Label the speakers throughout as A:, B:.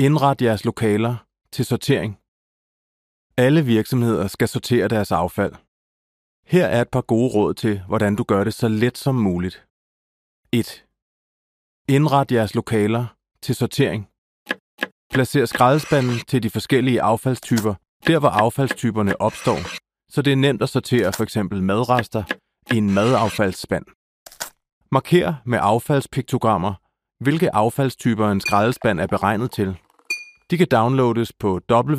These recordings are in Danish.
A: Indret jeres lokaler til sortering. Alle virksomheder skal sortere deres affald. Her er et par gode råd til, hvordan du gør det så let som muligt. 1. Indret jeres lokaler til sortering. Placer skraldespanden til de forskellige affaldstyper, der hvor affaldstyperne opstår, så det er nemt at sortere f.eks. madrester i en madaffaldsspand. Marker med affaldspiktogrammer, hvilke affaldstyper en skraldespand er beregnet til. De kan downloades på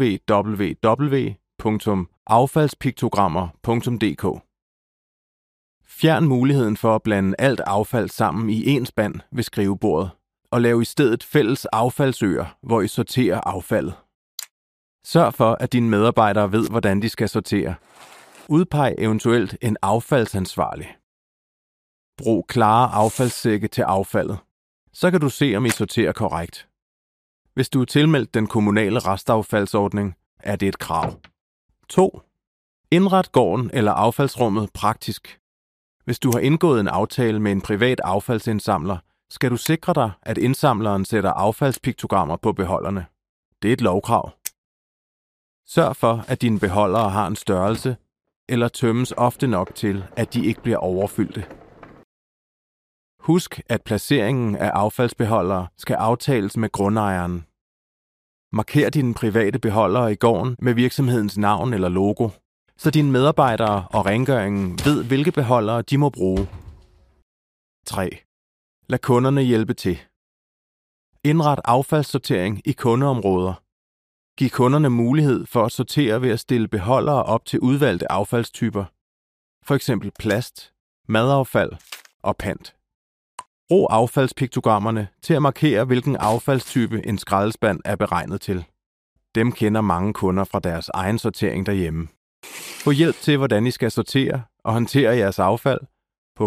A: www.affaldspiktogrammer.dk. Fjern muligheden for at blande alt affald sammen i én spand ved skrivebordet, og lav i stedet fælles affaldsøer, hvor I sorterer affaldet. Sørg for, at dine medarbejdere ved, hvordan de skal sortere. Udpeg eventuelt en affaldsansvarlig. Brug klare affaldssække til affaldet. Så kan du se, om I sorterer korrekt. Hvis du er tilmeldt den kommunale restaffaldsordning, er det et krav. 2. Indret gården eller affaldsrummet praktisk. Hvis du har indgået en aftale med en privat affaldsindsamler, skal du sikre dig, at indsamleren sætter affaldspiktogrammer på beholderne. Det er et lovkrav. Sørg for, at dine beholdere har en størrelse, eller tømmes ofte nok til, at de ikke bliver overfyldte. Husk, at placeringen af affaldsbeholdere skal aftales med grundejeren. Marker dine private beholdere i gården med virksomhedens navn eller logo, så dine medarbejdere og rengøringen ved, hvilke beholdere de må bruge. 3. Lad kunderne hjælpe til. Indret affaldssortering i kundeområder. Giv kunderne mulighed for at sortere ved at stille beholdere op til udvalgte affaldstyper, f.eks. plast, madaffald og pant. Brug affaldspiktogrammerne til at markere, hvilken affaldstype en skraldespand er beregnet til. Dem kender mange kunder fra deres egen sortering derhjemme. Få hjælp til, hvordan I skal sortere og håndtere jeres affald på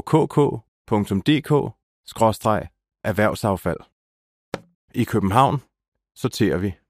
A: kk.dk/erhvervsaffald. I København sorterer vi.